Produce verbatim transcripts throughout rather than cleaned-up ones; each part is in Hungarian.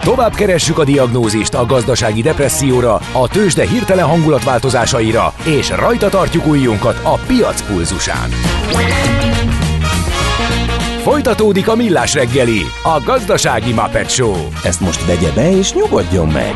Tovább keressük a diagnózist a gazdasági depresszióra, a tőzsde hirtelen hangulatváltozásaira, és rajta tartjuk ujjunkat a piac pulzusán. Folytatódik a Millás reggeli, a gazdasági Muppet Show. Ezt most vegye be és nyugodjon meg!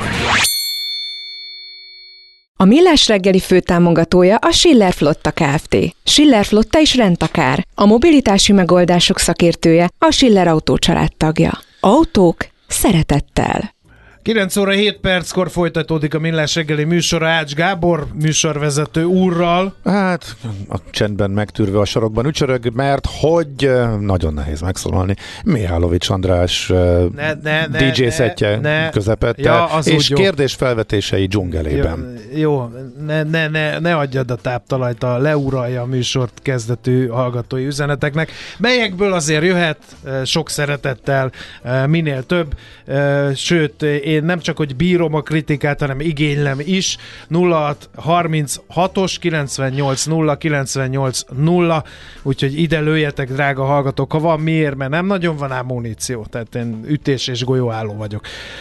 A Millás reggeli főtámogatója a Schiller Flotta Kft. Schiller Flotta is rendtakár. A mobilitási megoldások szakértője, a Schiller Autó család tagja. Autók szeretettel. kilenc óra hét perckor folytatódik a Millás reggeli műsora Ács Gábor műsorvezető úrral. Hát a csendben megtűrve a sarokban ücsörög, mert hogy nagyon nehéz megszólalni. Mihálovics András ne, ne, ne, dé dzsé szettje közepette, ja, és kérdésfelvetései dzsungelében. Jó, jó ne, ne, ne, ne adjad a táptalajt, a leuralja a műsort kezdetű hallgatói üzeneteknek, melyekből azért jöhet sok szeretettel minél több, sőt, én én nem csak, hogy bírom a kritikát, hanem igénylem is. nulla harminchatos kilencvennyolc nulla kilencvennyolc nulla, úgyhogy ide lőjetek, drága hallgatók, ha van miért, mert nem nagyon van ám muníció, tehát én ütés és golyóálló vagyok.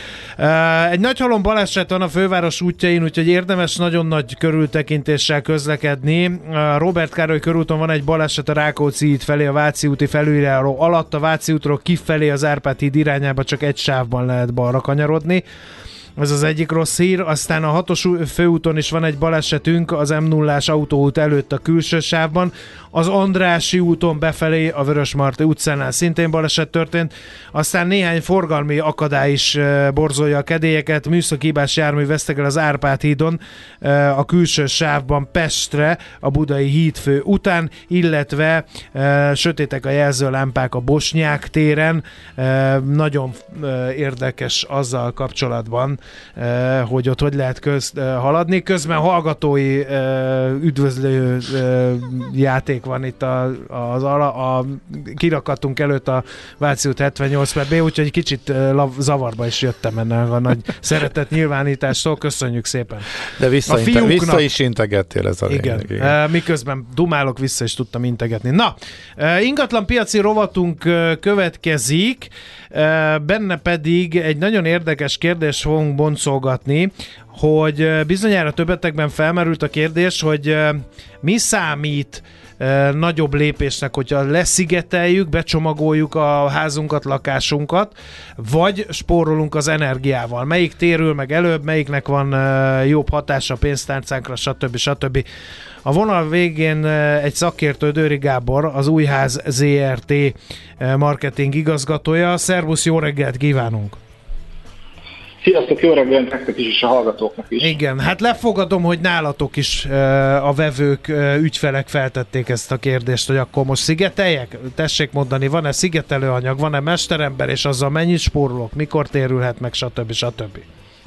Uh, egy nagy halom baleset van a főváros útjain, úgyhogy érdemes nagyon nagy körültekintéssel közlekedni. Uh, Robert Károly körúton van egy baleset a Rákóczi híd felé, a Váci úti felüljáró alatt, a Váci útról kifelé az Árpád híd irányába csak egy sávban lehet balra kanyarodni. Ez az egyik rossz hír. Aztán a hatos főúton is van egy balesetünk, az em nullás autóút előtt a külső sávban. Az Andrássy úton befelé a Vörösmarty utcánál szintén baleset történt. Aztán néhány forgalmi akadály is borzolja a kedélyeket. Műszaki hibás jármű vesztegel az Árpád hídon a külső sávban Pestre a Budai hídfő után, illetve sötétek a jelzőlámpák a Bosnyák téren. Nagyon érdekes azzal kapcsolatban, hogy ott hogy lehet köz, haladni. Közben hallgatói üdvözlő játék van itt a, az a, a kirakatunk előtt a Váci út hetvennyolc per B, úgyhogy kicsit zavarba is jöttem ennek a nagy szeretet nyilvánítástól. Köszönjük szépen. De vissza, inte, vissza is integettél, ez a igen. lényeg. Igen. Miközben dumálok, vissza is tudtam integetni. Na, ingatlan piaci rovatunk következik, benne pedig egy nagyon érdekes kérdést fogunk boncolgatni, hogy bizonyára többetekben felmerült a kérdés, hogy mi számít nagyobb lépésnek, hogyha leszigeteljük, becsomagoljuk a házunkat, lakásunkat, vagy spórolunk az energiával. Melyik térül meg előbb, melyiknek van jobb hatása a pénztárcánkra, stb. stb. A vonal végén egy szakértő, Dőri Gábor, az Újház zé er té marketing igazgatója. Szervusz, jó reggelt kívánunk! Sziasztok, jó reggelt nektek is, és a hallgatóknak is. Igen, hát lefogadom, hogy nálatok is a vevők, ügyfelek feltették ezt a kérdést, hogy akkor most szigeteljek? Tessék mondani, van-e szigetelőanyag, van-e mesterember, és azzal mennyit spórolok, mikor térülhet meg, stb. stb.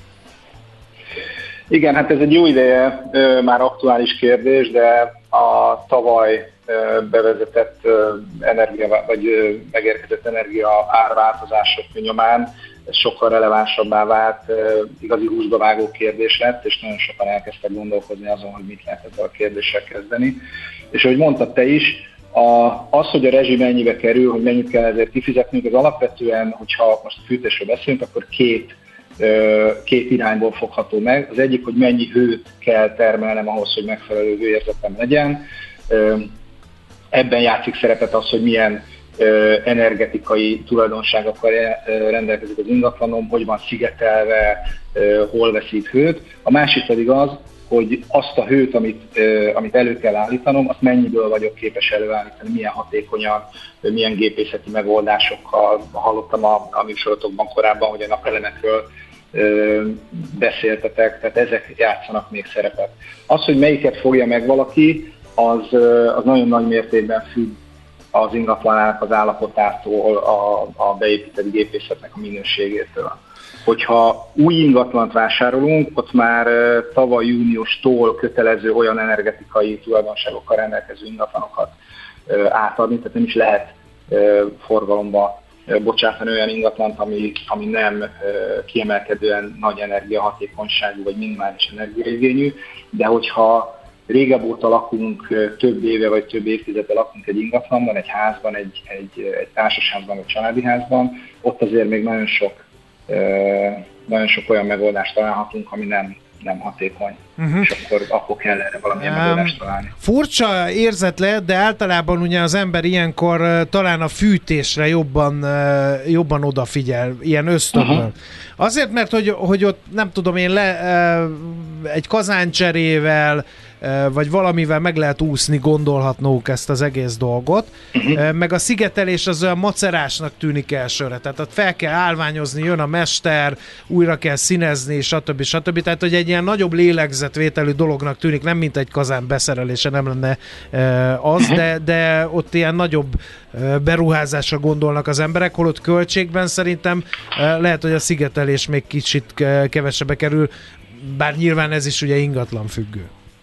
Igen, hát ez egy jó ideje, már aktuális kérdés, de a tavaly bevezetett energia, vagy megérkezett energia árváltozások nyomán ez sokkal relevánsabbá vált, igazi húsba vágó kérdés lett, és nagyon sokan elkezdtek gondolkozni azon, hogy mit lehet ezzel a kérdéssel kezdeni. És ahogy mondtad te is, a, az, hogy a rezsi mennyibe kerül, hogy mennyit kell ezért kifizetnünk, az alapvetően, hogyha most a fűtésről beszélünk, akkor két, két irányból fogható meg. Az egyik, hogy mennyi hőt kell termelnem ahhoz, hogy megfelelő hőérzetem legyen. Ebben játszik szerepet az, hogy milyen energetikai tulajdonságokkal rendelkezik az ingatlanom, hogy van szigetelve, hol veszít hőt. A másik pedig az, hogy azt a hőt, amit, amit elő kell állítanom, azt mennyiből vagyok képes előállítani, milyen hatékonyan, milyen gépészeti megoldásokkal. Hallottam a, a műsorotokban korábban, hogy a napelemekről beszéltetek, tehát ezek játszanak még szerepet. Az, hogy melyiket fogja meg valaki, az, az nagyon nagy mértékben függ az ingatlanának az állapotától, a, a beépített gépészetnek a minőségétől. Hogyha új ingatlant vásárolunk, ott már tavaly júniustól kötelező olyan energetikai tulajdonságokkal rendelkező ingatlanokat átadni, tehát nem is lehet forgalomba bocsátani olyan ingatlant, ami, ami nem kiemelkedően nagy energiahatékonyságú vagy minimális energiaigényű, de hogyha régebb óta lakunk, több éve vagy több évtizede lakunk egy ingatlanban, egy házban, egy, egy, egy társasházban vagy családi házban, ott azért még nagyon sok nagyon sok olyan megoldást találhatunk, ami nem, nem hatékony. Uh-huh. És akkor, akkor kell erre valamilyen um, megoldást találni. Furcsa érzet lehet, de általában ugye az ember ilyenkor uh, talán a fűtésre jobban, uh, jobban odafigyel, ilyen ösztönből. Uh-huh. Azért, mert hogy, hogy ott nem tudom én le uh, egy kazáncserével vagy valamivel meg lehet úszni, gondolhatnók ezt az egész dolgot. Uh-huh. Meg a szigetelés az olyan macerásnak tűnik elsőre. Tehát ott fel kell állványozni, jön a mester, újra kell színezni, stb. stb. Tehát, hogy egy ilyen nagyobb lélegzetvételű dolognak tűnik, nem mint egy kazán beszerelése, nem lenne az, uh-huh. de, de ott ilyen nagyobb beruházásra gondolnak az emberek, holott költségben szerintem lehet, hogy a szigetelés még kicsit kevesebbe kerül, bár nyilván ez is ugye ingatlan függő.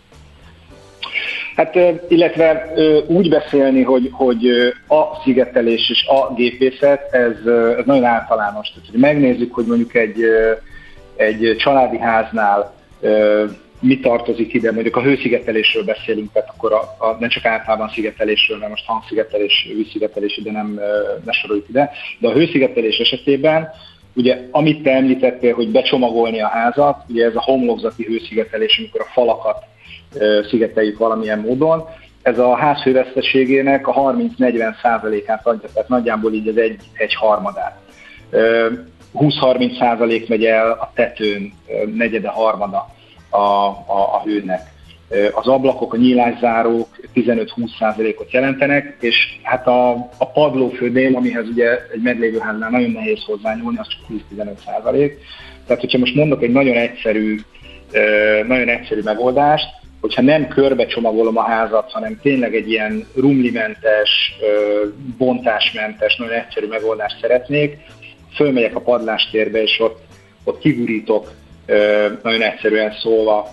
Hát, illetve úgy beszélni, hogy, hogy a szigetelés és a gépészet, ez, ez nagyon általános. Tehát, hogy megnézzük, hogy mondjuk egy, egy családi háznál mi tartozik ide, mondjuk a hőszigetelésről beszélünk, tehát akkor a, a, nem csak általában szigetelésről, mert most hangszigetelés, vízszigetelés ide nem ne soroljuk ide, de a hőszigetelés esetében, ugye amit te említettél, hogy becsomagolni a házat, ugye ez a homlokzati hőszigetelés, amikor a falakat szigeteljük valamilyen módon. Ez a ház hőveszteségének a harminc-negyven százalékát adja, tehát nagyjából így az egy, egy harmadát. húsz-harminc százalék megy el a tetőn, negyede, harmada a, a, a hőnek. Az ablakok, a nyílászárók tizenöt-húsz százalékot jelentenek, és hát a, a padlófödém, amihez ugye egy meglévő háznál nagyon nehéz hozzányúlni, az csak tíz-tizenöt százalék. Tehát, hogyha most mondok egy nagyon egyszerű, nagyon egyszerű megoldást, hogyha nem körbe csomagolom a házat, hanem tényleg egy ilyen rumlimentes, bontásmentes, nagyon egyszerű megoldást szeretnék, fölmegyek a padlástérbe, és ott, ott kigurítok, nagyon egyszerűen szólva,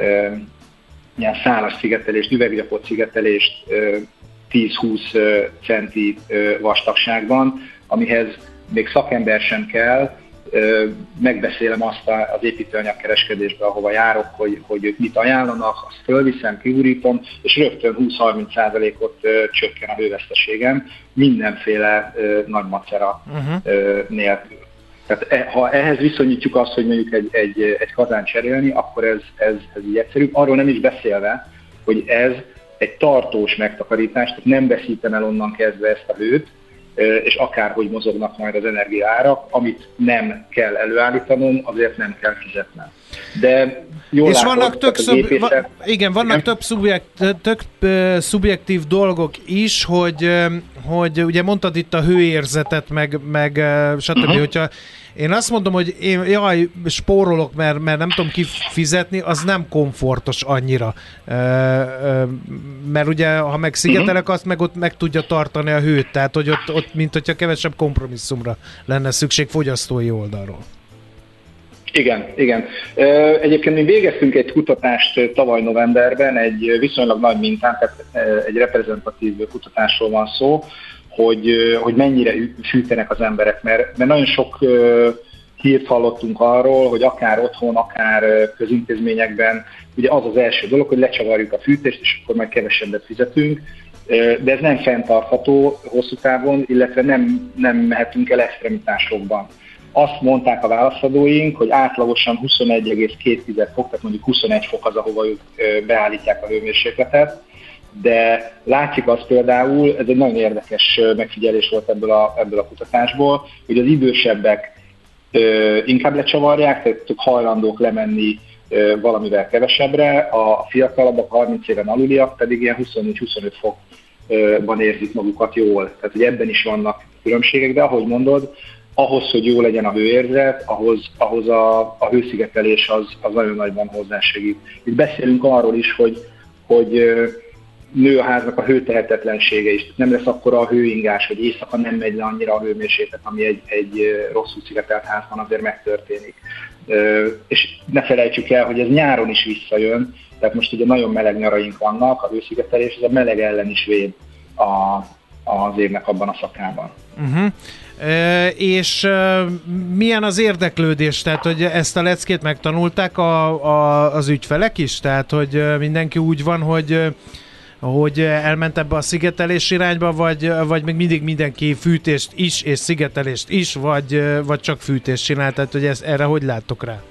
ilyen szálas szigetelést, üveggyapott szigetelést tíz-húsz centi vastagságban, amihez még szakember sem kell. Megbeszélem azt az építőanyagkereskedésbe, ahova járok, hogy, hogy ők mit ajánlanak, azt fölviszem, kiurítom, és rögtön húsz-harminc százalékot csökken a hőveszteségem mindenféle nagy macera uh-huh. nélkül. Tehát ha ehhez viszonyítjuk azt, hogy mondjuk egy, egy, egy kazán cserélni, akkor ez, ez, ez így egyszerű. Arról nem is beszélve, hogy ez egy tartós megtakarítás, tehát nem veszítem el onnan kezdve ezt a hőt, és akárhogy mozognak majd az energiaárak, amit nem kell előállítanom, azért nem kell fizetnem. De jól és látod, vannak tök, szub... va... igen, vannak igen? több, szubjekt... tök uh, szubjektív dolgok is, hogy, hogy ugye mondtad itt a hőérzetet, meg, meg uh, stb. Uh-huh. Hogyha én azt mondom, hogy én jaj, spórolok, mert, mert nem tudom kifizetni, az nem komfortos annyira. Mert ugye, ha meg szigetelek, azt meg ott meg tudja tartani a hőt, tehát hogy ott, ott mint hogyha kevesebb kompromisszumra lenne szükség fogyasztói oldalról. Igen, igen. Egyébként mi végeztünk egy kutatást tavaly novemberben, egy viszonylag nagy mintán, tehát egy reprezentatív kutatásról van szó, hogy, hogy mennyire fűtenek az emberek, mert, mert nagyon sok hírt hallottunk arról, hogy akár otthon, akár közintézményekben, ugye az az első dolog, hogy lecsavarjuk a fűtést, és akkor majd kevesebbet fizetünk, de ez nem fenntartható hosszú távon, illetve nem, nem mehetünk el extremitásokban. Azt mondták a válaszadóink, hogy átlagosan huszonegy egész két fok, tehát mondjuk huszonegy fok az, ahova ők beállítják a hőmérsékletet, de látszik az például, ez egy nagyon érdekes megfigyelés volt ebből a, ebből a kutatásból, hogy az idősebbek ö, inkább lecsavarják, tehát hajlandók lemenni ö, valamivel kevesebbre, a fiatalabbak, harminc éven aluliak pedig ilyen huszonnégy-huszonöt fokban érzik magukat jól. Tehát hogy ebben is vannak különbségek, de ahogy mondod, ahhoz, hogy jó legyen a hőérzet, ahhoz, ahhoz a, a hőszigetelés az, az nagyon nagyban hozzásegít. Itt beszélünk arról is, hogy, hogy nő a háznak a hőtehetetlensége is. Nem lesz akkora a hőingás, hogy éjszaka nem megy le annyira a hőmérséklet, ami egy, egy rosszul szigetelt házban azért megtörténik. És ne felejtsük el, hogy ez nyáron is visszajön, tehát most ugye nagyon meleg nyaraink vannak, a hőszigetelés, ez a meleg ellen is véd a, az évnek abban a szakában. Uh-huh. E, és e, milyen az érdeklődés? Tehát, hogy ezt a leckét megtanulták a, a, az ügyfelek is? Tehát, hogy mindenki úgy van, hogy hogy elment ebbe a szigetelés irányba, vagy, vagy még mindig mindenki fűtést is, és szigetelést is, vagy, vagy csak fűtést csinál, tehát hogy ez, erre hogy láttok rá?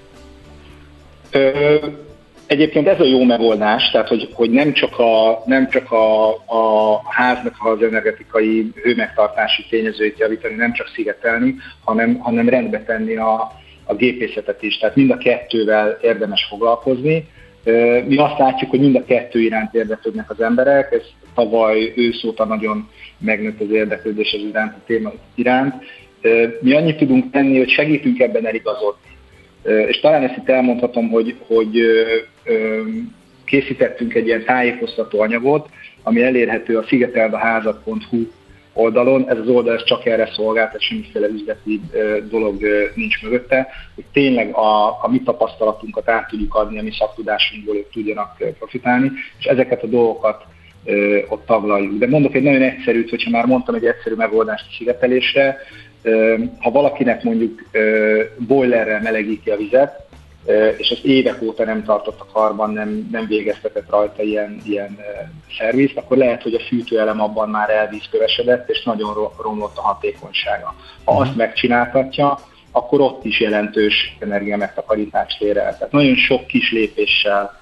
Ö, egyébként ez a jó megoldás, tehát hogy, hogy nem csak, a, nem csak a, a háznak az energetikai hőmegtartási tényezőit javítani, nem csak szigetelni, hanem, hanem rendbe tenni a, a gépészetet is, tehát mind a kettővel érdemes foglalkozni. Mi azt látjuk, hogy mind a kettő iránt érdeklődnek az emberek, ez tavaly ősz óta nagyon megnőtt az érdeklődés az iránt, a téma iránt. Mi annyit tudunk tenni, hogy segítünk ebben eligazodni. És talán ezt itt elmondhatom, hogy, hogy készítettünk egy ilyen tájékoztató anyagot, ami elérhető a szigeteldaházat pont hu oldalon. Ez az oldal ez csak erre szolgál, tehát semmiféle üzleti dolog nincs mögötte, hogy tényleg a, a mi tapasztalatunkat át tudjuk adni, a mi szaktudásunkból ők tudjanak profitálni, és ezeket a dolgokat ö, ott taglaljuk. De mondok egy nagyon egyszerűt, hogyha már mondtam egy egyszerű megoldást a szigetelésre, ö, ha valakinek mondjuk ö, boilerrel melegíti a vizet, és ezt évek óta nem tartott a karban, nem, nem végeztetett rajta ilyen, ilyen szervizt, akkor lehet, hogy a fűtőelem abban már elvízkövesedett, és nagyon romlott a hatékonysága. Ha azt megcsináltatja, akkor ott is jelentős energiamegtakarítást ér el. Tehát nagyon sok kis lépéssel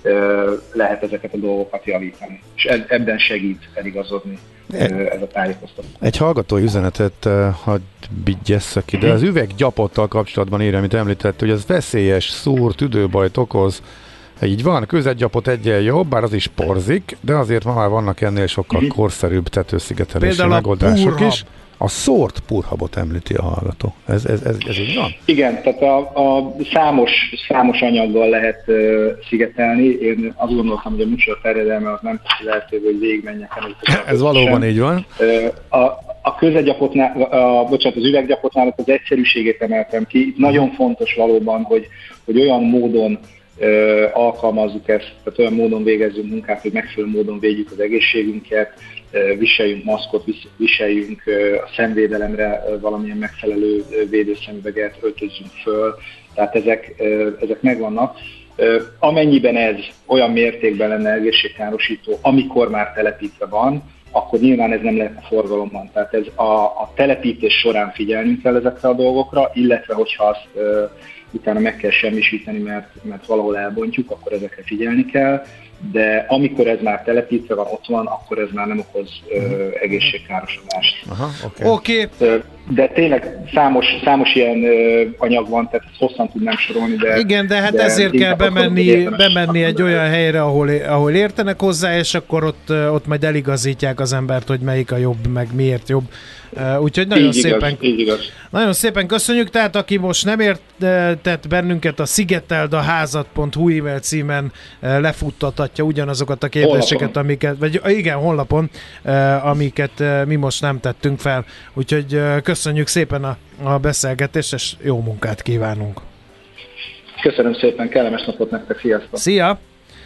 lehet ezeket a dolgokat javítani, és ebben segít eligazodni ez a tájékoztató. Egy hallgatói üzenetet hadd vigyesszek ide. Az üveggyapottal kapcsolatban írja, amit említett, hogy ez veszélyes, szúr, tüdőbajt okoz. Így van, közetgyapot egyen jobb, bár az is porzik, de azért ma már vannak ennél sokkal korszerűbb tetőszigetelési megoldások is. A szórt purhabot említi a hallgató. Ez, ez, ez, ez így van? Igen, tehát a, a számos, számos anyaggal lehet uh, szigetelni. Én azt gondoltam, hogy a műsor terjedelme az nem teszi lehetővé, hogy végigmenjek. Ez valóban így van. Uh, a, a közetgyapotnál, a, bocsánat, az üveggyapotnál az egyszerűségét emeltem ki. Itt nagyon fontos valóban, hogy, hogy olyan módon uh, alkalmazzuk ezt, tehát olyan módon végezzünk munkát, hogy megfelelő módon védjük az egészségünket, viseljünk maszkot, viseljünk a szemvédelemre valamilyen megfelelő védőszemüveget, öltözzünk föl, tehát ezek, ezek megvannak. Amennyiben ez olyan mértékben lenne egészségkárosító, amikor már telepítve van, akkor nyilván ez nem lehet a forgalomban. Tehát ez a, a telepítés során figyelnünk kell ezekre a dolgokra, illetve hogyha azt utána meg kell semmisíteni, mert, mert valahol elbontjuk, akkor ezekre figyelni kell. De amikor ez már telepítve van, ott van, akkor ez már nem okoz ö, egészségkárosodást. Oké. Okay. Okay. De tényleg számos, számos ilyen ö, anyag van, tehát ezt hosszan tudnám sorolni. De, igen, de hát de ezért kell bemenni, bemenni egy olyan helyre, ahol, ahol értenek hozzá, és akkor ott, ott majd eligazítják az embert, hogy melyik a jobb, meg miért jobb. Úgyhogy nagyon így szépen, igaz, így igaz. nagyon szépen köszönjük, tehát aki most nem értett bennünket, a szigeteldaházat pont hu e-mail címen lefuttathatja ugyanazokat a kérdéseket, amiket, vagy igen, honlapon, amiket mi most nem tettünk fel. Úgyhogy köszönjük szépen a, a beszélgetést, és jó munkát kívánunk. Köszönöm szépen, kellemes napot nektek, sziasztok! Szia!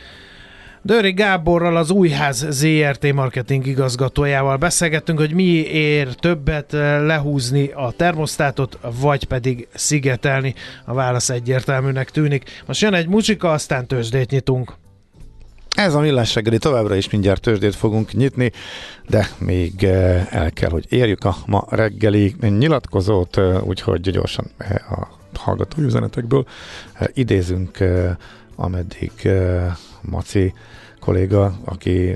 Dőri Gáborral, az Újház zé er té marketing igazgatójával beszélgettünk, hogy mi ér többet, lehúzni a termosztátot, vagy pedig szigetelni. A válasz egyértelműnek tűnik. Most jön egy muzsika, aztán tőzsdét nyitunk. Ez a Millás reggeli, továbbra is mindjárt tőzsdét fogunk nyitni, de még el kell, hogy érjük a ma reggeli nyilatkozót, úgyhogy gyorsan a hallgatói üzenetekből idézünk, ameddig Maci kolléga, aki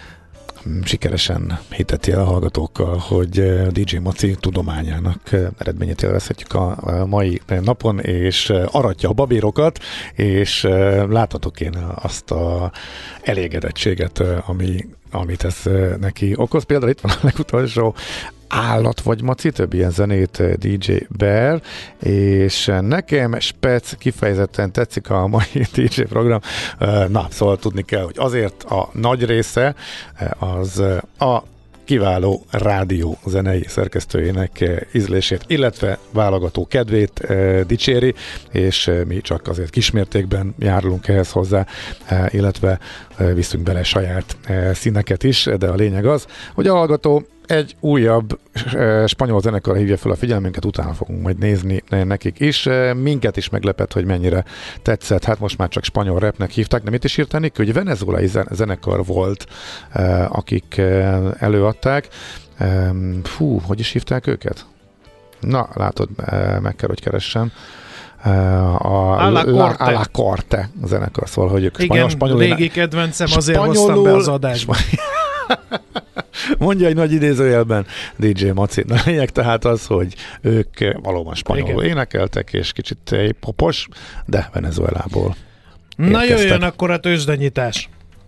sikeresen hiteti el a hallgatókkal, hogy dé dzsé Maci tudományának eredményét élvezhetjük a mai napon, és aratja a babérokat, és láthatok én azt a elégedettséget, ami, amit ez neki okoz. Például itt van a legutolsó állat vagy Maci, több ilyen zenét dé dzsé Bear, és nekem spec kifejezetten tetszik a mai dé dzsé program. Na, szóval tudni kell, hogy azért a nagy része az a kiváló rádió zenei szerkesztőjének ízlését, illetve válogató kedvét e, dicséri, és e, mi csak azért kismértékben járulunk ehhez hozzá, e, illetve e, viszünk bele saját e, színeket is, de a lényeg az, hogy a hallgató egy újabb e, spanyol zenekar hívja fel a figyelmünket, utána fogunk majd nézni nekik is. E, minket is meglepett, hogy mennyire tetszett. Hát most már csak spanyol rapnek hívták, de mit is írt ennek? Hogy venezuelai zenekar volt, e, akik e, előadták. E, fú, hogy is hívták őket? Na, látod, e, meg kell, hogy keressem. A La Corte zenekar, szóval, hogy ők igen, spanyol, régi kedvencem, azért hoztam be az adásba. Mondja egy nagy idézőjelben dé dzsé Maci. A lényeg tehát az, hogy ők valóban spanyolul énekeltek, és kicsit popos, de Venezuelából Na érkeztek. Jöjjön akkor a tőzsdenyítás.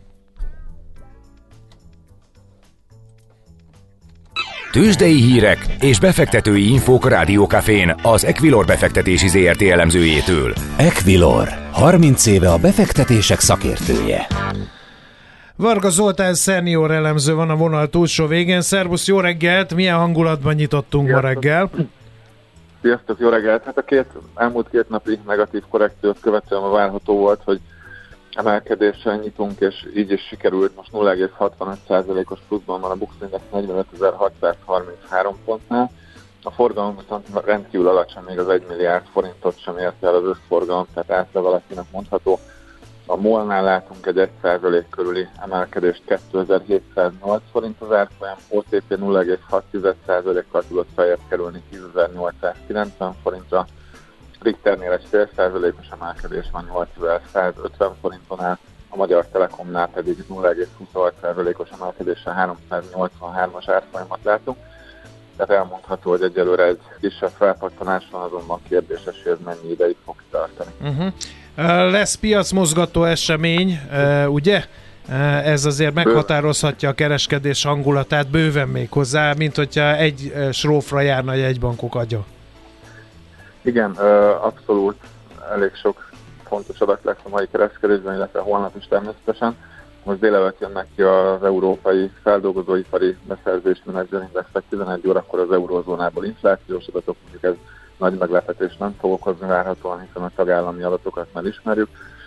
Tőzsdei hírek és befektetői infók a Rádiókafén az Equilor befektetési zé er té elemzőjétől. Equilor, harminc éve a befektetések szakértője. Varga Zoltán szenior elemző van a vonal túlsó végén. Szervusz, jó reggelt! Milyen hangulatban nyitottunk Sziasztok. ma reggel? Sziasztok, jó reggelt! Hát a két, elmúlt két napi negatív korrekciót követően várható volt, hogy emelkedéssel nyitunk, és így is sikerült. Most nulla egész hatvanöt százalékos pluszban van a Bux Index negyvenötezer-hatszázharminchárom pontnál. A forgalom viszont rendkívül alacsony, még az egy milliárd forintot sem érte el az összforgalom, tehát átlag alattinak mondható. A MOL-nál látunk egy egy százalék körüli emelkedést, kétezer-hétszáznyolc forint az árfolyam, o té pé nulla egész hat százalékkal tudott feljebb kerülni tízezer-nyolcszázkilencven forintra, Richternél egy fél százalékos emelkedés van nyolcezer-százötven forinton áll, a Magyar Telekomnál pedig nulla egész huszonhat százalékos emelkedéssel háromszáznyolcvanhármas árfolyamat látunk. Tehát elmondható, hogy egyelőre egy kisebb felpattanás van, azonban kérdéses, hogy ez mennyi ideig fog tartani. Uh-huh. Lesz piacmozgató esemény, ugye? Ez azért meghatározhatja a kereskedés hangulatát bőven még hozzá, mint hogyha egy srófra járna a jegybankok agya. Igen, abszolút elég sok fontos adat lesz a mai kereskedésben, illetve holnap is természetesen. Most délelőtt jönnek ki az európai feldolgozóipari beszerzés menedzserindexek, tizenegy órakor az eurózónából inflációs adatok, mondjuk ez nagy meglepetés nem fog okozni várhatóan, hiszen a tagállami adatokat már ismerjük.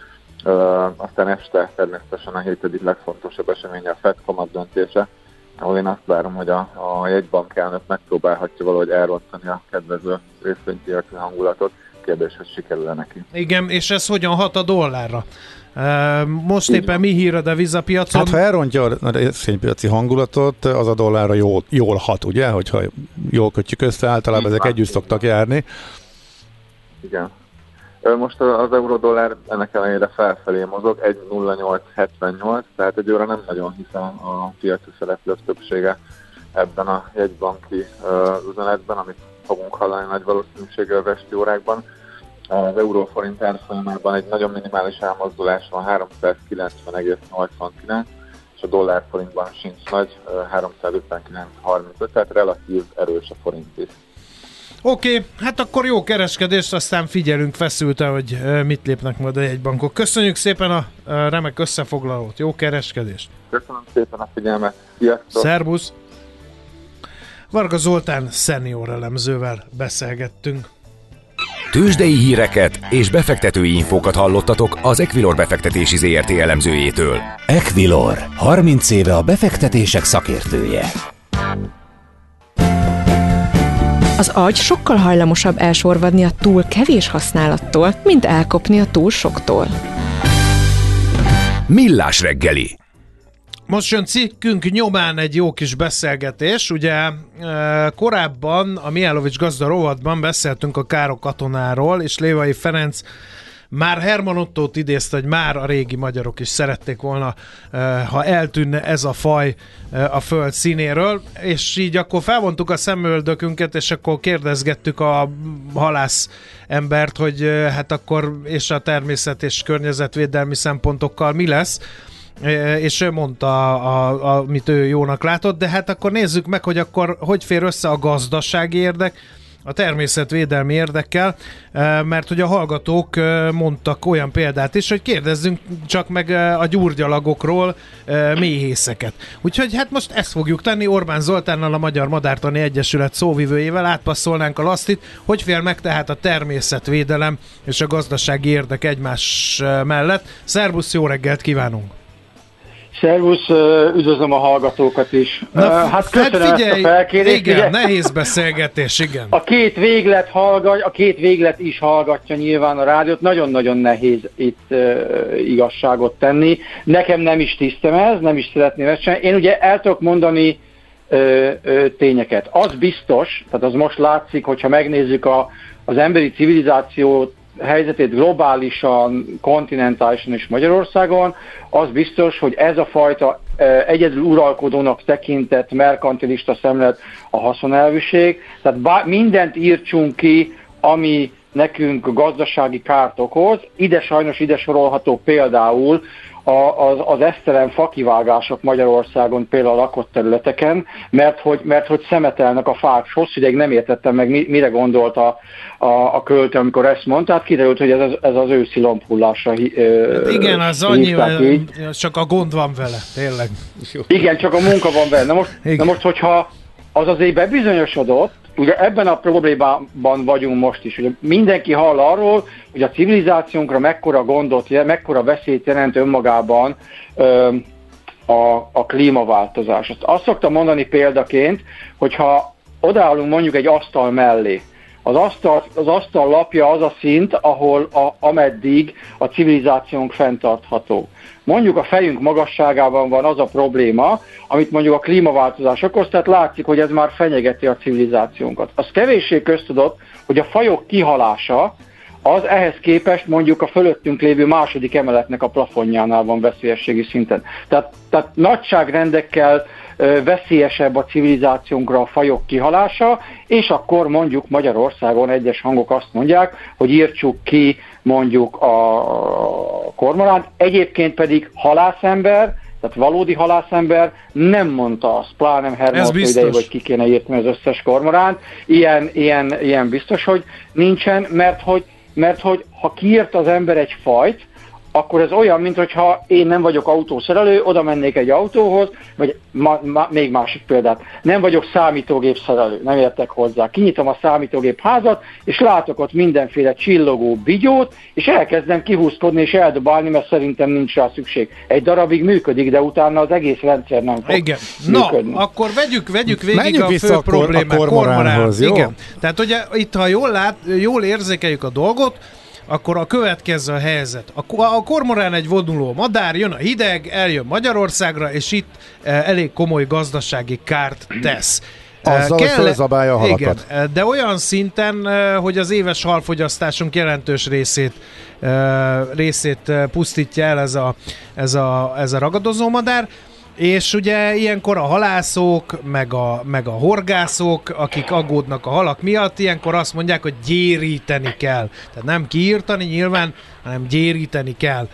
Uh, aztán este természetesen a hétedik legfontosabb eseménye a Fed kamat döntése, ahol én azt várom, hogy a, a jegybank elnök megpróbálhatja valahogy elrontani a kedvező részvénypiaci hangulatot. Kérdés, hogy sikerül-e neki. Igen, és ez hogyan hat a dollárra? Most éppen Igen. mi hír a devizapiacon? Hát ha elrontja a részvénypiaci hangulatot, az a dollárra jól, jól hat, ugye? Hogyha jól kötjük össze, általában ezek együtt szoktak járni. Igen. Most az euró-dollár ennek ellenére felfelé mozog, egy nulla nyolc hetvennyolc, tehát egy óra nem nagyon hiszem a piaci szereplők többsége ebben a jegybanki uh, üzenetben, amit fogunk hallani nagy valószínűséggel az esti órákban. Az euróforint árfolyamában egy nagyon minimális elmozdulás van, háromszázkilencven egész nyolcvankilenc, és a dollárforintban sincs nagy, uh, háromszázötvenkilenc egész harmincöt, tehát relatív erős a forint is. Oké, okay, hát akkor jó kereskedést, aztán figyelünk feszülten, hogy mit lépnek majd a jegybankok. Köszönjük szépen a remek összefoglalót, jó kereskedést! Köszönöm szépen a figyelmet, sziasztok! Szerbusz! Varga Zoltán szenior elemzővel beszélgettünk. Tőzsdei híreket és befektetői infókat hallottatok az Equilor befektetési zé er té elemzőjétől. Equilor, harminc éve a befektetések szakértője. Az agy sokkal hajlamosabb elsorvadni a túl kevés használattól, mint elkopni a túl soktól. Millás reggeli. Most jön cikkünk nyomán egy jó kis beszélgetés. Ugye korábban a Mihálovics Gazda rovatban beszéltünk a Károly katonáról, és Lévai Ferenc már Herman Ottót idézte, hogy már a régi magyarok is szerették volna, ha eltűnne ez a faj a föld színéről, és így akkor felvontuk a szemöldökünket, és akkor kérdezgettük a halász embert, hogy hát akkor és a természet és környezetvédelmi szempontokkal mi lesz, és ő mondta, a, a, amit ő jónak látott, de hát akkor nézzük meg, hogy akkor hogy fér össze a gazdasági érdek a természetvédelmi érdekkel, mert hogy a hallgatók mondtak olyan példát is, hogy kérdezzünk csak meg a gyurgyalagokról méhészeket. Úgyhogy hát most ezt fogjuk tenni, Orbán Zoltánnal, a Magyar Madártani Egyesület szóvivőjével átpasszolnánk a lasztit, hogy fél meg tehát a természetvédelem és a gazdasági érdek egymás mellett. Szerbusz, jó reggelt kívánunk! Szervusz, üdvözlöm a hallgatókat is. Na, hát köszönöm hát figyelj, ezt a felkérést. igen, ugye? nehéz beszélgetés, igen. A két véglet hallgat, a két véglet is hallgatja nyilván a rádiót. Nagyon-nagyon nehéz itt uh, igazságot tenni. Nekem nem is tisztem ez, nem is szeretném ezt csinálni. Én ugye el tudok mondani uh, uh, tényeket. Az biztos, tehát az most látszik, hogyha megnézzük a, az emberi civilizációt, helyzetét globálisan, kontinentálisan és Magyarországon, az biztos, hogy ez a fajta e, egyedül uralkodónak tekintett merkantilista szemlélet a haszonelvűség. Tehát bár, mindent írtsunk ki, ami nekünk gazdasági kárt okoz. Ide sajnos ide sorolható például a, az, az esztelen fakivágások Magyarországon például a lakott területeken, mert hogy, mert hogy szemetelnek a fák. Hosszú ideig nem értettem meg, mire gondolt a, a, a költő, amikor ezt mondta. Tehát kiderült, hogy ez az, ez az őszi lombhullásra hát igen, az annyi, csak a gond van vele, tényleg. Igen, csak a munka van vele. Na most, na most hogyha az azért bebizonyosodott, ugye ebben a problémában vagyunk most is, hogy mindenki hall arról, hogy a civilizációnkra mekkora gondot, mekkora veszélyt jelent önmagában ö, a, a klímaváltozás. Azt, azt szoktam mondani példaként, hogyha odaállunk mondjuk egy asztal mellé, az asztal, az asztal lapja az a szint, ahol a, ameddig a civilizációnk fenntartható. Mondjuk a fejünk magasságában van az a probléma, amit mondjuk a klímaváltozás okoz, tehát látszik, hogy ez már fenyegeti a civilizációnkat. Az kevéssé köztudott, hogy a fajok kihalása az ehhez képest mondjuk a fölöttünk lévő második emeletnek a plafonjánál van veszélyességi szinten. Tehát, tehát nagyságrendekkel ö, veszélyesebb a civilizációnkra a fajok kihalása, és akkor mondjuk Magyarországon egyes hangok azt mondják, hogy írtsuk ki mondjuk a kormoránt, egyébként pedig halászember, tehát valódi halászember nem mondta azt, pláne nem Hermóta idején, hogy ki kéne írtani az összes kormoránt. Ilyen, ilyen, ilyen biztos, hogy nincsen, mert hogy, mert hogy ha kiírt az ember egy fajt, akkor ez olyan, mintha én nem vagyok autószerelő, oda mennék egy autóhoz, vagy ma, ma, még másik példát, nem vagyok számítógép szerelő, nem értek hozzá. Kinyitom a számítógép házat, és látok ott mindenféle csillogó bigyót, és elkezdem kihúzkodni és eldobálni, mert szerintem nincs rá szükség. Egy darabig működik, de utána az egész rendszer nem fog igen. működni. Na, akkor vegyük, vegyük végig Menjünk a fő a problémát. A kormoránhoz, jó? Igen. Tehát ugye itt, ha jól, lát, jól érzékeljük a dolgot, akkor a következő a helyzet. A, a kormorán egy vonuló madár, jön a hideg, eljön Magyarországra, és itt e, elég komoly gazdasági kárt tesz. Azzal, hogy fölzabálja a halakat. Igen, de olyan szinten, hogy az éves halfogyasztásunk jelentős részét, részét pusztítja el ez a, ez a, ez a ragadozó madár. És ugye ilyenkor a halászok, meg a, meg a horgászok, akik aggódnak a halak miatt, ilyenkor azt mondják, hogy gyéríteni kell. Tehát nem kiírtani nyilván, hanem gyéríteni kell.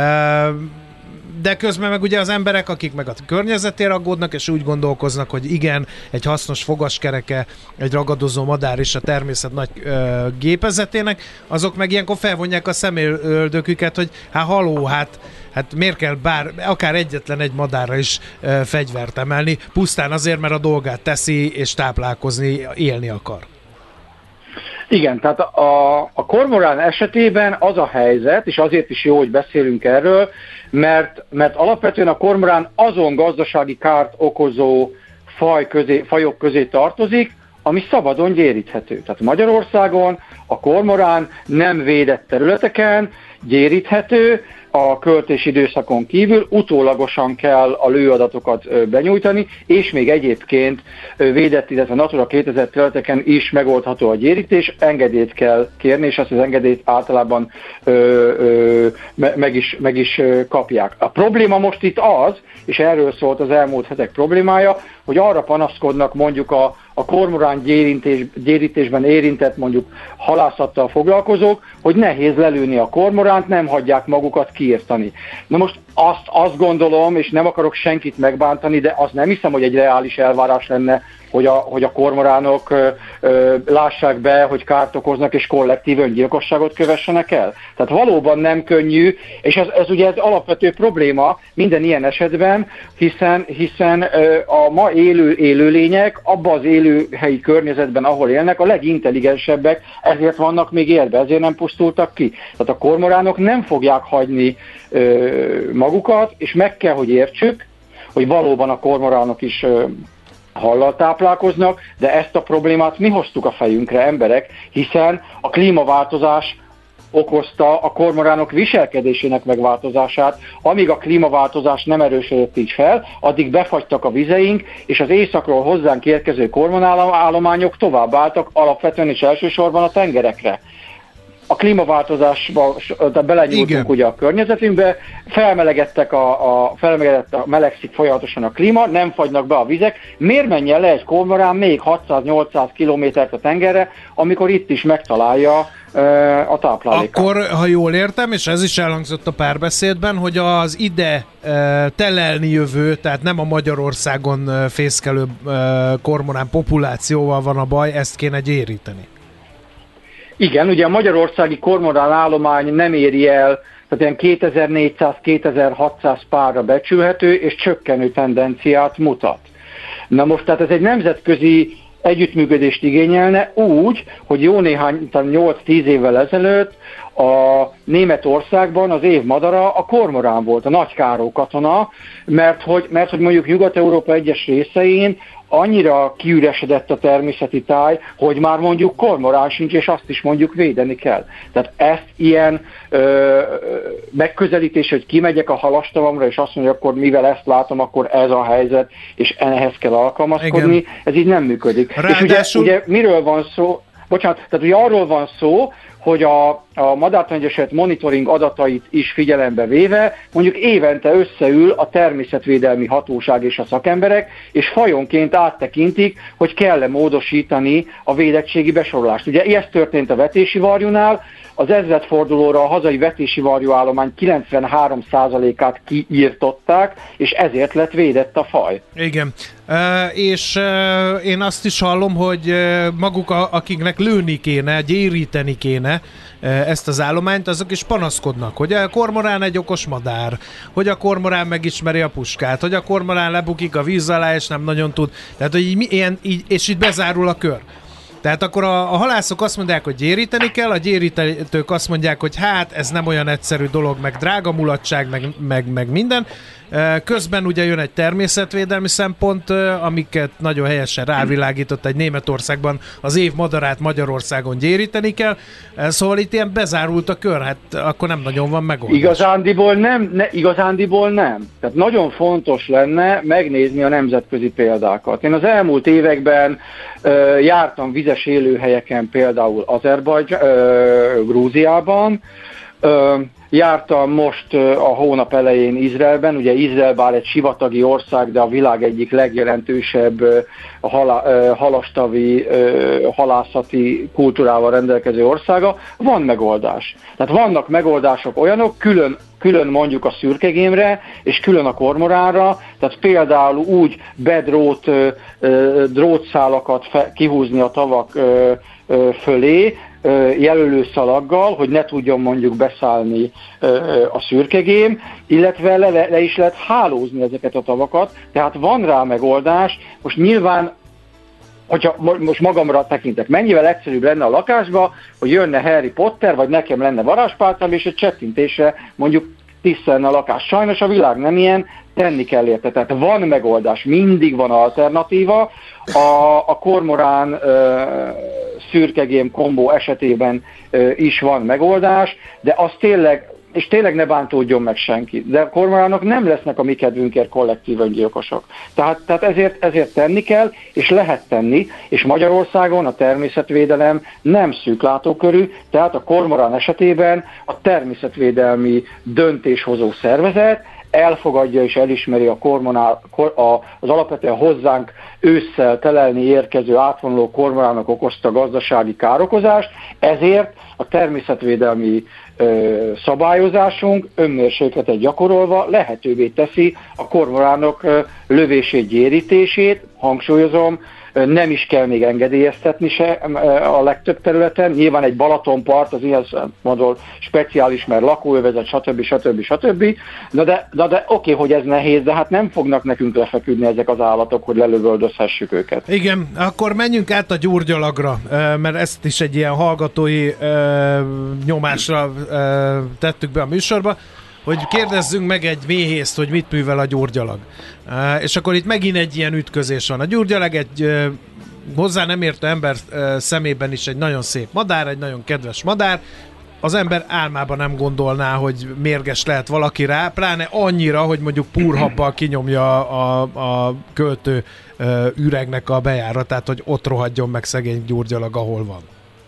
De közben meg ugye az emberek, akik meg a környezetért aggódnak, és úgy gondolkoznak, hogy igen, egy hasznos fogaskereke, egy ragadozó madár is a természet nagy ö, gépezetének, azok meg ilyenkor felvonják a szemöldöküket, hogy hát haló, hát Hát miért kell bár, akár egyetlen egy madárra is e, fegyvert emelni, pusztán azért, mert a dolgát teszi, és táplálkozni, élni akar. Igen, tehát a, a kormorán esetében az a helyzet, és azért is jó, hogy beszélünk erről, mert, mert alapvetően a kormorán azon gazdasági kárt okozó faj közé, fajok közé tartozik, ami szabadon gyéríthető. Tehát Magyarországon a kormorán nem védett területeken gyéríthető, a költési időszakon kívül utólagosan kell a lőadatokat benyújtani, és még egyébként védett, illetve Natura kétezer területeken is megoldható a gyérítés, engedélyt kell kérni, és azt az engedélyt általában ö, ö, meg, is, meg is kapják. A probléma most itt az, és erről szólt az elmúlt hetek problémája, hogy arra panaszkodnak mondjuk a, a kormorán gyérítés, gyérítésben érintett mondjuk halászattal foglalkozók, hogy nehéz lelőni a kormoránt, nem hagyják magukat kiírtani. Na most azt, azt gondolom, és nem akarok senkit megbántani, de azt nem hiszem, hogy egy reális elvárás lenne, hogy a, hogy a kormoránok ö, ö, lássák be, hogy kárt okoznak és kollektív öngyilkosságot kövessenek el. Tehát valóban nem könnyű, és ez, ez ugye ez alapvető probléma minden ilyen esetben, hiszen, hiszen ö, a ma élő élőlények abban az élőhelyi környezetben, ahol élnek, a legintelligensebbek, ezért vannak még élve, ezért nem pusztultak ki. Tehát a kormoránok nem fogják hagyni magukat, és meg kell, hogy értsük, hogy valóban a kormoránok is hallal táplálkoznak, de ezt a problémát mi hoztuk a fejünkre, emberek, hiszen a klímaváltozás okozta a kormoránok viselkedésének megváltozását. Amíg a klímaváltozás nem erősödött így fel, addig befagytak a vizeink, és az északról hozzánk érkező kormorállományok tovább álltak alapvetően és elsősorban a tengerekre. A klímaváltozásba belenyúltunk ugye a környezetünkbe, felmelegedtek a, a, felmelegedett a, melegszik folyamatosan a klíma, nem fagynak be a vizek. Miért menjen le egy kormorán még hatszáz-nyolcszáz kilométert a tengerre, amikor itt is megtalálja a táplálékát? Akkor, ha jól értem, és ez is elhangzott a párbeszédben, hogy az ide e, telelni jövő, tehát nem a Magyarországon fészkelő e, kormorán populációval van a baj, ezt kéne gyéríteni. Igen, ugye a magyarországi kormorán állomány nem éri el, tehát ilyen kétezer-négyszáz-kétezer-hatszáz párra becsülhető, és csökkenő tendenciát mutat. Na most, tehát ez egy nemzetközi együttműködést igényelne úgy, hogy jó néhány, nyolc-tíz évvel ezelőtt a Németországban az év madara a kormorán volt, a nagykáró katona, mert hogy, mert hogy mondjuk Nyugat-Európa egyes részein annyira kiüresedett a természeti táj, hogy már mondjuk kormorán sincs, és azt is mondjuk védeni kell. Tehát ezt ilyen ö, megközelítés, hogy kimegyek a halastavamra, és azt mondja, akkor mivel ezt látom, akkor ez a helyzet, és ehhez kell alkalmazkodni, igen. Ez így nem működik. Ráadásul... És ugye, ugye miről van szó? Bocsánat, tehát ugye arról van szó, hogy a, a Madártanegyesület monitoring adatait is figyelembe véve, mondjuk évente összeül a természetvédelmi hatóság és a szakemberek, és fajonként áttekintik, hogy kell-e módosítani a védettségi besorolást. Ugye ez történt a vetési varjunál, az ezredfordulóra a hazai vetési varjuállomány kilencvenhárom százalékát kiírtották, és ezért lett védett a faj. Igen, uh, és uh, én azt is hallom, hogy uh, maguk, a, akiknek lőni kéne, gyéríteni kéne uh, ezt az állományt, azok is panaszkodnak, hogy a kormorán egy okos madár, hogy a kormorán megismeri a puskát, hogy a kormorán lebukik a víz alá, és nem nagyon tud. Tehát, hogy így, ilyen, így, és itt bezárul a kör. Tehát akkor a, a halászok azt mondják, hogy gyéríteni kell, a gyérítők azt mondják, hogy hát ez nem olyan egyszerű dolog, meg drága mulatság, meg, meg, meg minden. Közben ugye jön egy természetvédelmi szempont, amiket nagyon helyesen rávilágított egy Németországban, az év madarát Magyarországon gyéríteni kell. Szóval itt ilyen bezárult a kör, hát akkor nem nagyon van megoldás. Igazándiból nem, ne, igazándiból nem. Tehát nagyon fontos lenne megnézni a nemzetközi példákat. Én az elmúlt években uh, jártam vizes élőhelyeken, például Azerbajdzsán, uh, Grúziában, uh, Jártam most a hónap elején Izraelben, ugye Izrael bár egy sivatagi ország, de a világ egyik legjelentősebb halá, halastavi halászati kultúrával rendelkező országa. Van megoldás. Tehát vannak megoldások olyanok, külön, külön mondjuk a szürkegémre, és külön a kormoránra, tehát például úgy bedrót, drótszálakat kihúzni a tavak fölé, jelölőszalaggal, hogy ne tudjon mondjuk beszállni a szürkegém, illetve le, le is lehet hálózni ezeket a tavakat, tehát van rá megoldás. Most nyilván, hogyha most magamra tekintek, mennyivel egyszerűbb lenne a lakásba, hogy jönne Harry Potter, vagy nekem lenne varázspálcám, és egy csettintésre mondjuk tisztelne a lakás. Sajnos a világ nem ilyen, tenni kell érte. Tehát van megoldás, mindig van alternatíva. A, a kormorán ö, szürkegém kombó esetében ö, is van megoldás, de az tényleg, és tényleg ne bántódjon meg senki. De a kormoránok nem lesznek a mi kedvünkért kollektív öngyilkosok. Tehát, tehát ezért, ezért tenni kell, és lehet tenni, és Magyarországon a természetvédelem nem szűklátókörű, tehát a kormorán esetében a természetvédelmi döntéshozó szervezet elfogadja és elismeri a kormorán, az alapvetően hozzánk ősszel telelni érkező átvonuló kormoránok okozta gazdasági károkozást, ezért a természetvédelmi ö, szabályozásunk önmérsékletet gyakorolva lehetővé teszi a kormoránok ö, lövését, gyérítését, hangsúlyozom, nem is kell még engedélyeztetni se a legtöbb területen. Nyilván egy Balatonpart az ilyen módon speciális, mert lakóövezet, stb. stb. stb. Na de, de, de oké, hogy ez nehéz, de hát nem fognak nekünk lefeküdni ezek az állatok, hogy lelövöldözhessük őket. Igen, akkor menjünk át a gyurgyalagra, mert ezt is egy ilyen hallgatói nyomásra tettük be a műsorba. hogy kérdezzünk meg egy méhészt, hogy mit művel a gyurgyalag. Uh, és akkor itt megint egy ilyen ütközés van. A gyurgyalag egy uh, hozzá nem értő ember uh, szemében is egy nagyon szép madár, egy nagyon kedves madár. Az ember álmában nem gondolná, hogy mérges lehet valaki rá, pláne annyira, hogy mondjuk púrhabbal kinyomja a, a költő uh, üregnek a bejáratát, hogy ott rohadjon meg szegény gyurgyalag, ahol van.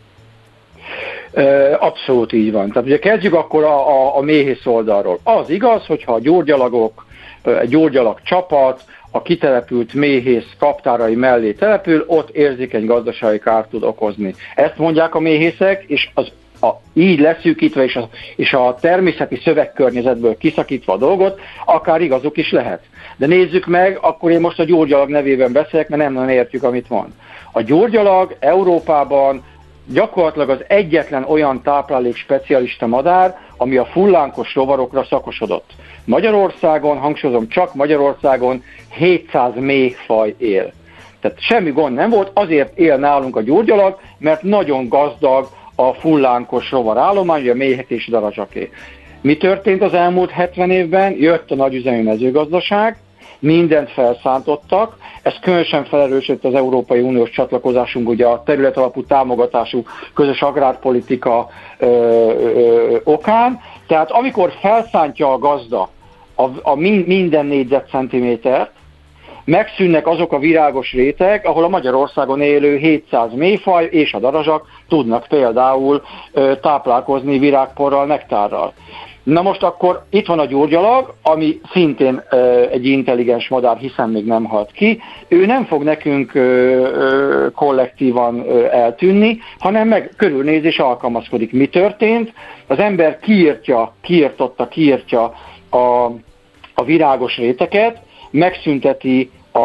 Abszolút így van. Tehát ugye kezdjük akkor a, a, a méhész oldalról. Az igaz, hogyha a gyurgyalagok, egy gyurgyalag csapat a kitelepült méhész kaptárai mellé települ, ott érzékeny gazdasági kárt tud okozni. Ezt mondják a méhészek, és az a, így leszűkítve és a, és a természeti szövegkörnyezetből kiszakítva a dolgot, akár igazuk is lehet. De nézzük meg, akkor én most a gyurgyalag nevében beszélek, mert nem nagyon értjük, amit mond. A gyurgyalag Európában gyakorlatilag az egyetlen olyan táplálék specialista madár, ami a fullánkos rovarokra szakosodott. Magyarországon, hangsúlyozom, csak Magyarországon hétszáz méhfaj él. Tehát semmi gond nem volt, azért él nálunk a gyurgyalag, mert nagyon gazdag a fullánkos rovarállomány, ugye a méhek és darazsaké. Mi történt az elmúlt hetven évben? Jött a nagyüzemű mezőgazdaság, mindent felszántottak, ez különösen felerősödött az Európai Uniós csatlakozásunk, ugye a területalapú támogatású közös agrárpolitika ö, ö, okán. Tehát amikor felszántja a gazda a, a minden négyzetcentimétert, megszűnnek azok a virágos réteg, ahol a Magyarországon élő hétszáz méhfaj és a darazsak tudnak például ö, táplálkozni virágporral, nektárral. Na most akkor itt van a gyurgyalag, ami szintén ö, egy intelligens madár, hiszen még nem halt ki. Ő nem fog nekünk ö, ö, kollektívan ö, eltűnni, hanem meg körülnéz és alkalmazkodik. Mi történt? Az ember kiírtja, kiírtotta, kiírtja a, a virágos réteket, megszünteti a,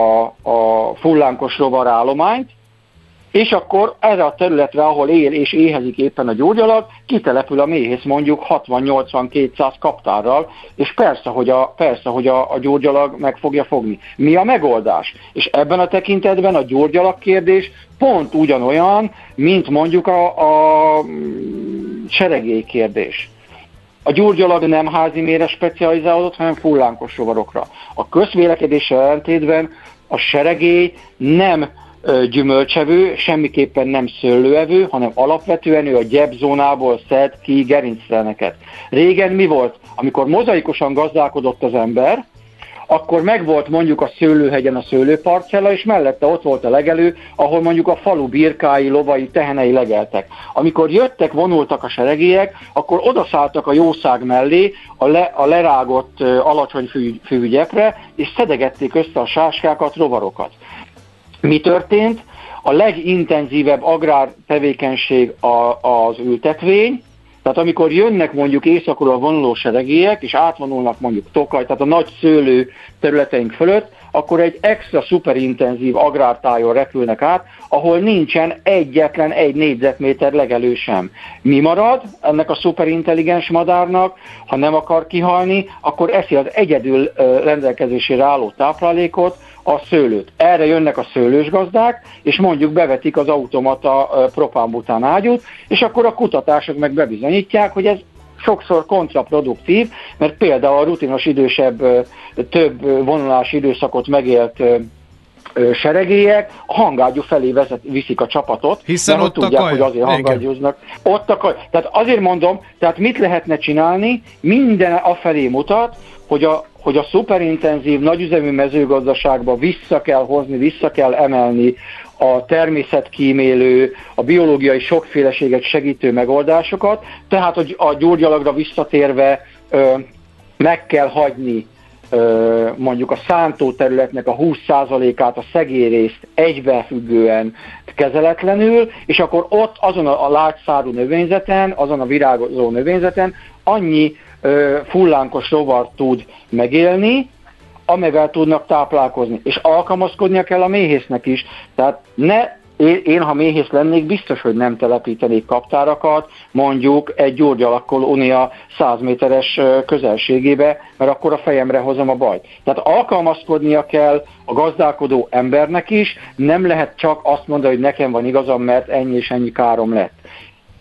a fullánkos rovarállományt, és akkor erre a területre, ahol él és éhezik éppen a gyurgyalag, kitelepül a méhész mondjuk hatvan-nyolcvan-kétszáz kaptárral, és persze, hogy a, persze, hogy a, a gyurgyalag meg fogja fogni. Mi a megoldás? És ebben a tekintetben a gyurgyalag kérdés pont ugyanolyan, mint mondjuk a, a seregély kérdés. A gyurgyalag nem házi méhre specializálódott, hanem fullánkos rovarokra. A közvélekedéssel ellentétben a seregély nem gyümölcsevő, semmiképpen nem szőlőevő, hanem alapvetően ő a gyepzónából szed ki gerincteleneket. Régen mi volt? Amikor mozaikosan gazdálkodott az ember, akkor megvolt mondjuk a szőlőhegyen a szőlőparcella, és mellette ott volt a legelő, ahol mondjuk a falu birkái, lovai, tehenei legeltek. Amikor jöttek, vonultak a seregélyek, akkor odaszálltak a jószág mellé a, le, a lerágott alacsony fű, fűvű gyepre, és szedegették össze a sáskákat, rovarokat. Mi történt? A legintenzívebb agrártevékenység a, az ültetvény, tehát amikor jönnek mondjuk északról a vonuló seregélyek, és átvonulnak mondjuk Tokaj, tehát a nagy szőlő területeink fölött, akkor egy extra szuperintenzív agrártájon repülnek át, ahol nincsen egyetlen egy négyzetméter legelő sem. Mi marad ennek a szuperintelligens madárnak? Ha nem akar kihalni, akkor eszi az egyedül rendelkezésére álló táplálékot, a szőlőt. Erre jönnek a szőlős gazdák, és mondjuk bevetik az automata propánbután ágyút, és akkor a kutatások meg bebizonyítják, hogy ez sokszor kontraproduktív, mert például a rutinos idősebb, több vonulási időszakot megélt seregélyek a hangágyú felé vezet, viszik a csapatot, hiszen ott tudják, a hogy azért hangágyúznak. Ott a kaj. Tehát azért mondom, tehát mit lehetne csinálni? Minden afelé mutat, hogy a, hogy a szuperintenzív nagyüzemű mezőgazdaságba vissza kell hozni, vissza kell emelni a természetkímélő, a biológiai sokféleséget segítő megoldásokat, tehát hogy a gyurgyalagra visszatérve ö, meg kell hagyni ö, mondjuk a szántóterületnek a húsz százalékát, a szegélyrészt egybefüggően kezeletlenül, és akkor ott azon a, a lágyszárú növényzeten, azon a virágozó növényzeten annyi ö, fullánkos rovar tud megélni, amivel tudnak táplálkozni, és alkalmazkodnia kell a méhésznek is. Tehát ne, én, én ha méhész lennék, biztos, hogy nem telepítenék kaptárakat, mondjuk egy gyurgyalagkolónia száz méteres közelségébe, mert akkor a fejemre hozom a bajt. Tehát alkalmazkodnia kell a gazdálkodó embernek is, nem lehet csak azt mondani, hogy nekem van igazam, mert ennyi és ennyi károm lett.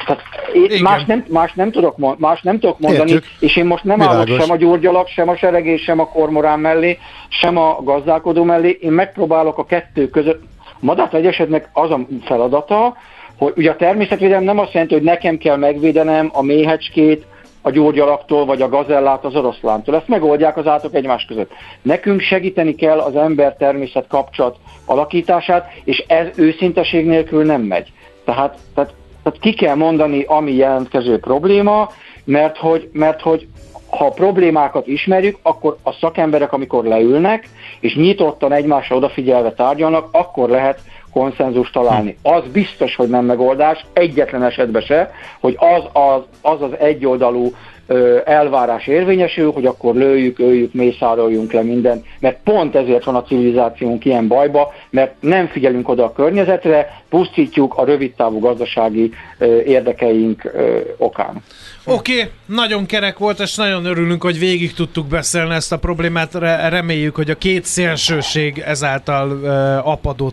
Tehát én más, nem, más, nem tudok, más nem tudok mondani, Értjük. És én most nem Világos. állok sem a gyurgyalak, sem a seregés, sem a kormorán mellé, sem a gazdálkodó mellé, én megpróbálok a kettő között. A madártagyesetnek az a feladata, hogy ugye a természetvédelem nem azt jelenti, hogy nekem kell megvédenem a méhecskét a gyurgyalaktól, vagy a gazellát az oroszlántól. Ezt megoldják az állatok egymás között. Nekünk segíteni kell az ember-természet kapcsolat alakítását, és ez őszinteség nélkül nem megy. Tehát, tehát, tehát ki kell mondani, ami jelentkező probléma, mert hogy, mert hogy ha a problémákat ismerjük, akkor a szakemberek, amikor leülnek, és nyitottan egymásra odafigyelve tárgyalnak, akkor lehet konszenzus találni. Az biztos, hogy nem megoldás, egyetlen esetben se, hogy az az, az, az egyoldalú ö, elvárás érvényesül, hogy akkor lőjük, öljük, mészároljunk le mindent, mert pont ezért van a civilizációnk ilyen bajba, mert nem figyelünk oda a környezetre, pusztítjuk a rövidtávú gazdasági ö, érdekeink ö, okán. Oké, okay, nagyon kerek volt, és nagyon örülünk, hogy végig tudtuk beszélni ezt a problémát. Reméljük, hogy a két szélsőség ezáltal uh, apadó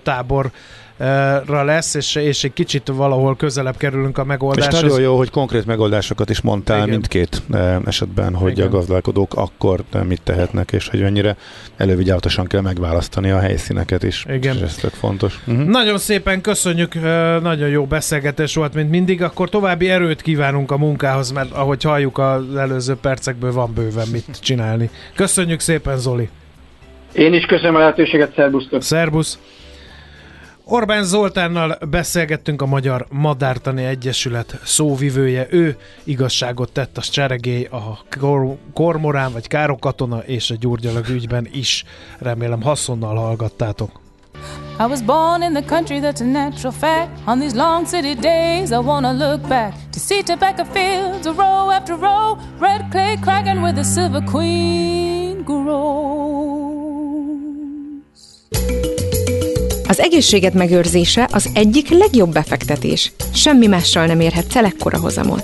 táborra lesz, és, és egy kicsit valahol közelebb kerülünk a megoldáshoz. És nagyon jó, hogy konkrét megoldásokat is mondtál. Igen. Mindkét esetben, hogy Igen. a gazdálkodók akkor mit tehetnek, és hogy mennyire elővigyázatosan kell megválasztani a helyszíneket is. Igen. És ez tök fontos. Uh-huh. Nagyon szépen köszönjük, nagyon jó beszélgetés volt, mint mindig. Akkor további erőt kívánunk a munkához, mert ahogy halljuk az előző percekből, van bőven mit csinálni. Köszönjük szépen, Zoli! Én is köszönöm a lehetőséget, szerbusztok! Szerbusz! Orbán Zoltánnal beszélgettünk, a Magyar Madártani Egyesület szóvivője. Ő igazságot tett a cseregély, a kor- kormorán vagy károkatona és a gyurgyalag ügyben is. Remélem haszonnal hallgattátok. I was born in the country, that's a natural fact. On these long city days I wanna look back to see tobacco fields, a row after row, red clay cracking where the silver queen grows. Az egészséged megőrzése az egyik legjobb befektetés. Semmi mással nem érhetsz el ekkora hozamot.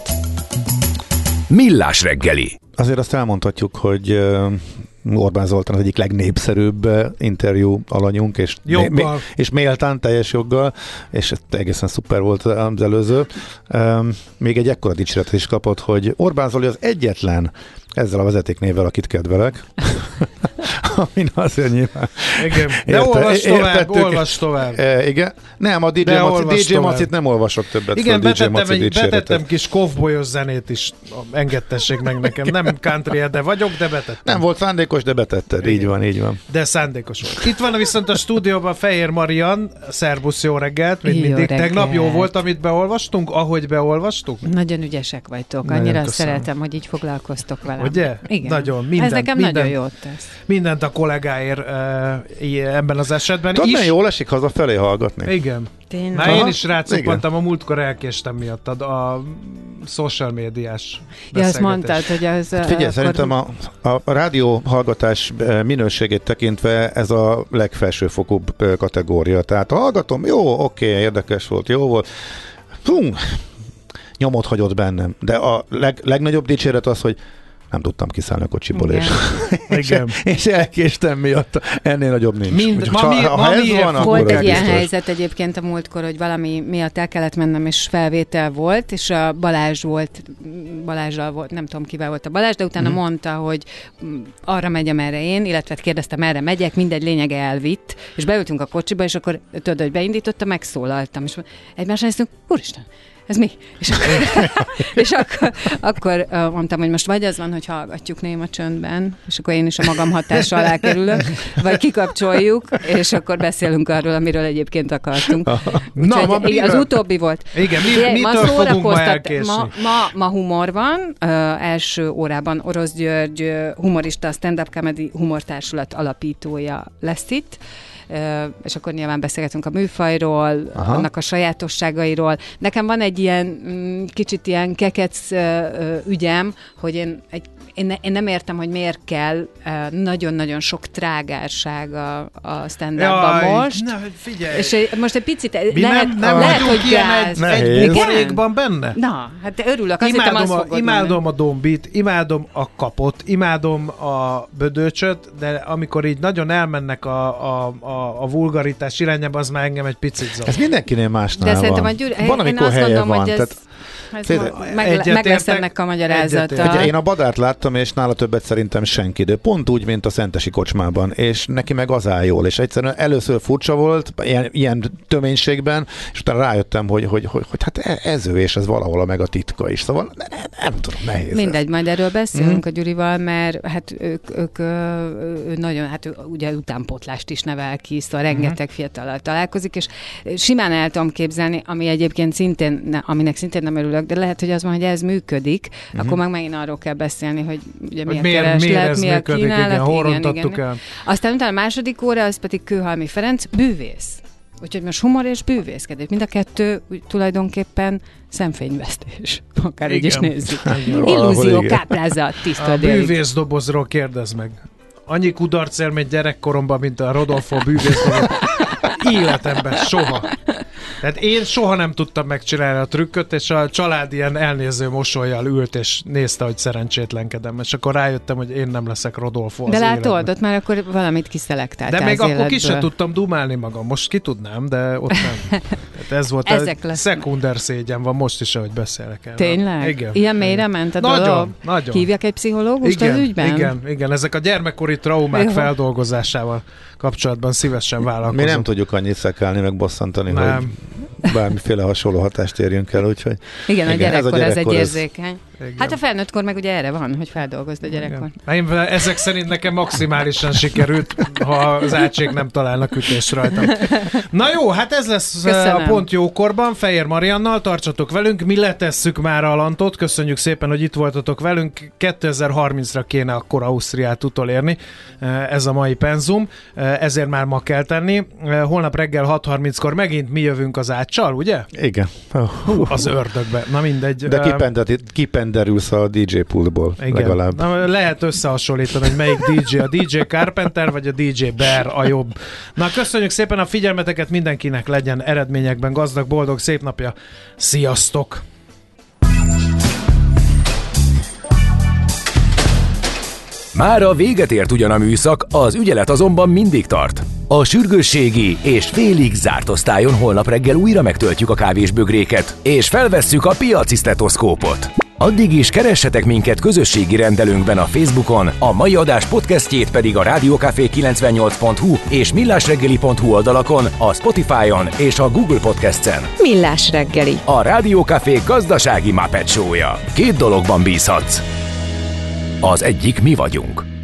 Millás reggeli. Azért azt elmondhatjuk, hogy Orbán Zoltán az egyik legnépszerűbb interjú alanyunk, és, mé- és méltán, teljes joggal, és egészen szuper volt az előző. Még egy ekkora dicséretet is kapott, hogy Orbán Zoli az egyetlen ezzel a vezetéknévvel, akit kedvelek. Amin azért nyilván. Igen. De érte, olvas tovább, olvas tovább. E, igen. Nem, a dé dzsé Maci, dé dzsé Macit nem olvasok többet. Igen, betettem, egy, betettem kis kovbolyos zenét is, engedtessék meg nekem. Nem country de vagyok, de betettem. Nem volt szándékos, de betetted. Igen. Így van, így van. De szándékos volt. Itt van viszont a stúdióban Fehér Marian. Szerbusz, jó reggelt, mint jó mindig. Reggelt. Tegnap jó volt, amit beolvastunk, ahogy beolvastuk? Nagyon ügyesek vagytok. Annyira nagyon szeretem, hogy így foglalkoztok velem. Ugye? Igen. Nagyon. Minden, ez nekem minden, nagyon jót tesz. Mindent a kollégáért uh, ebben az esetben Tudod, is. Tudod, jól esik hazafelé hallgatni? Igen. Na, én is rácuppantam, a múltkor elkéstem miatt a, a social médiás ja, azt mondtad, hogy az... Hát figyelj, akkor... szerintem a, a rádió hallgatás minőségét tekintve ez a legfelsőfokúbb kategória. Tehát hallgatom, jó, oké, érdekes volt, jó volt. Fum, nyomot hagyott bennem. De a leg, legnagyobb dicséret az, hogy nem tudtam kiszállni a kocsiból, és, és, és elkéstem miatt. Ennél nagyobb nincs. Mind, Úgy, ma ha, mi, ha ma ez van, volt egy ilyen biztos. helyzet egyébként a múltkor, hogy valami miatt el kellett mennem, és felvétel volt, és a Balázs volt, Balázsral volt, nem tudom kivel volt a Balázs, de utána mm. mondta, hogy arra megy, amerre én, illetve kérdeztem, merre megyek, mindegy, lényege elvitt, és beültünk a kocsiba, és akkor tudod, hogy beindította, megszólaltam, és egymásra néztünk, úristen, ez mi? És akkor, és akkor, akkor uh, mondtam, hogy most vagy az van, hogy hallgatjuk néma csöndben, és akkor én is a magam hatása alá kerülök, vagy kikapcsoljuk, és akkor beszélünk arról, amiről egyébként akartunk. Na, Úgyhogy, ma igen, az utóbbi volt. Igen, mi, mitől fogunk ma elkésni? Ma, ma, ma humor van, uh, első órában Orosz György uh, humorista, a Stand Up Comedy Humortársulat alapítója lesz itt. Uh, és akkor nyilván beszélgetünk a műfajról, aha, annak a sajátosságairól. Nekem van egy ilyen mm, kicsit ilyen kekec uh, ügyem, hogy én, egy, én, ne, én nem értem, hogy miért kell uh, nagyon-nagyon sok trágárság a, a stand-upban most. Na, figyelj! És most egy picit Mi lehet, nem, nem lehet hogy gáz. Egy, egy buborékban benne? Na, hát örülök, azt imádom, hittem, azt a, fogod imádom mondani. a dombit, imádom a kapot, imádom a bödöcsöt, de amikor így nagyon elmennek a, a, a, a vulgaritás irányába, az már engem egy picit zavar. Ez mindenkinél másnál de van. Szerintem a gyűr... Van, amikor helye van. Ez... Tehát Ez meg, meg lesz ennek a magyarázata. Ugye, én a Badárt láttam, és nála többet szerintem senki, de pont úgy, mint a Szentesi kocsmában, és neki meg az áll jól, és egyszerűen először furcsa volt, ilyen, ilyen töménységben, és utána rájöttem, hogy, hogy, hogy, hogy hát ez ő, és ez valahol meg a titka is, szóval nem, nem tudom, nehéz. Mindegy, majd erről beszélünk mm. a Gyurival, mert hát ők, ők ő nagyon, hát ő, ugye utánpótlást is nevel ki, szóval rengeteg fiatallal találkozik, és simán el tudom képzelni, ami egyébként szintén, ne, aminek szintén nem örülök, de lehet, hogy az van, hogy ez működik, uh-huh. akkor meg megint arról kell beszélni, hogy ugye mi a kereslet, mi a kínálat. Igen, igen, igen. El. Aztán utána a második óra, az pedig Kőhalmi Ferenc, bűvész. Úgyhogy most humor és bűvészkedés. Mind a kettő úgy, tulajdonképpen szemfényvesztés. Akár így is nézzük. Illúzió, káprázat, tiszta a bűvész dobozról kérdezz meg. Annyi kudarc élmény gyerekkoromban, mint a Rodolfo bűvész doboz. Életemben soha. Tehát én soha nem tudtam megcsinálni a trükköt, és a család ilyen elnéző mosollyal ült, és nézte, hogy szerencsétlenkedem. És akkor rájöttem, hogy én nem leszek Rodolfo az De látod, ott már akkor valamit kiszelektáltál. De még akkor életből. Ki se tudtam dumálni magam. Most ki tudnám, de ott nem. Tehát ez volt a szekunder szégyen van most is, ahogy beszélek el. Tényleg? Igen. Ilyen mélyre ment a nagyon, dolog? Nagyon. Hívjak egy pszichológust igen, az ügyben? Igen, igen. Ezek a gyermekkori traumák Jó. feldolgozásával kapcsolatban szívesen vállalkozom. Mi nem tudjuk annyit szekálni, meg bosszantani, nem. hogy bármiféle hasonló hatást érjünk el, úgyhogy... Igen, igen a gyerekkor ez, a gyerekkor, ez egy érzékeny. Ez, hát a felnőttkor meg ugye erre van, hogy feldolgozd a gyerekkor. Én, ezek szerint nekem maximálisan sikerült, ha az ácsék nem találnak ütést rajtam. Na jó, hát ez lesz Köszönöm. a pont jókorban, Fejér Mariannal, tartsatok velünk, mi letesszük már a lantot, köszönjük szépen, hogy itt voltatok velünk, kétezer-harmincra kéne akkor Ausztriát utolérni, ez a mai penzum, ezért már ma kell tenni. Holnap reggel hat harminckor megint mi jövünk az áccsal, ugye? Igen. Oh. Hú, az ördögbe, na mindegy. De kipenderülsz a dé dzsé pultból legalább. Na, lehet összehasonlítani, hogy melyik dé dzsé, a dé dzsé Carpenter vagy a dé dzsé Bear a jobb. Na, köszönjük szépen a figyelmeteket, mindenkinek legyen eredményekben gazdag, boldog, szép napja. Sziasztok! Mára véget ért ugyan a műszak, az ügyelet azonban mindig tart. A sürgősségi és félig zárt osztályon holnap reggel újra megtöltjük a kávésbögréket, és felvesszük a piaci sztetoszkópot. Addig is keressetek minket közösségi rendelőnkben a Facebookon, a mai adás podcastjét pedig a rádiókafé kilencvennyolc pont hu és millásreggeli pont hu oldalakon, a Spotify-on és a Google Podcast-en. Millás reggeli. A Rádiókafé gazdasági Muppet Show-ja. Két dologban bízhatsz. Az egyik mi vagyunk.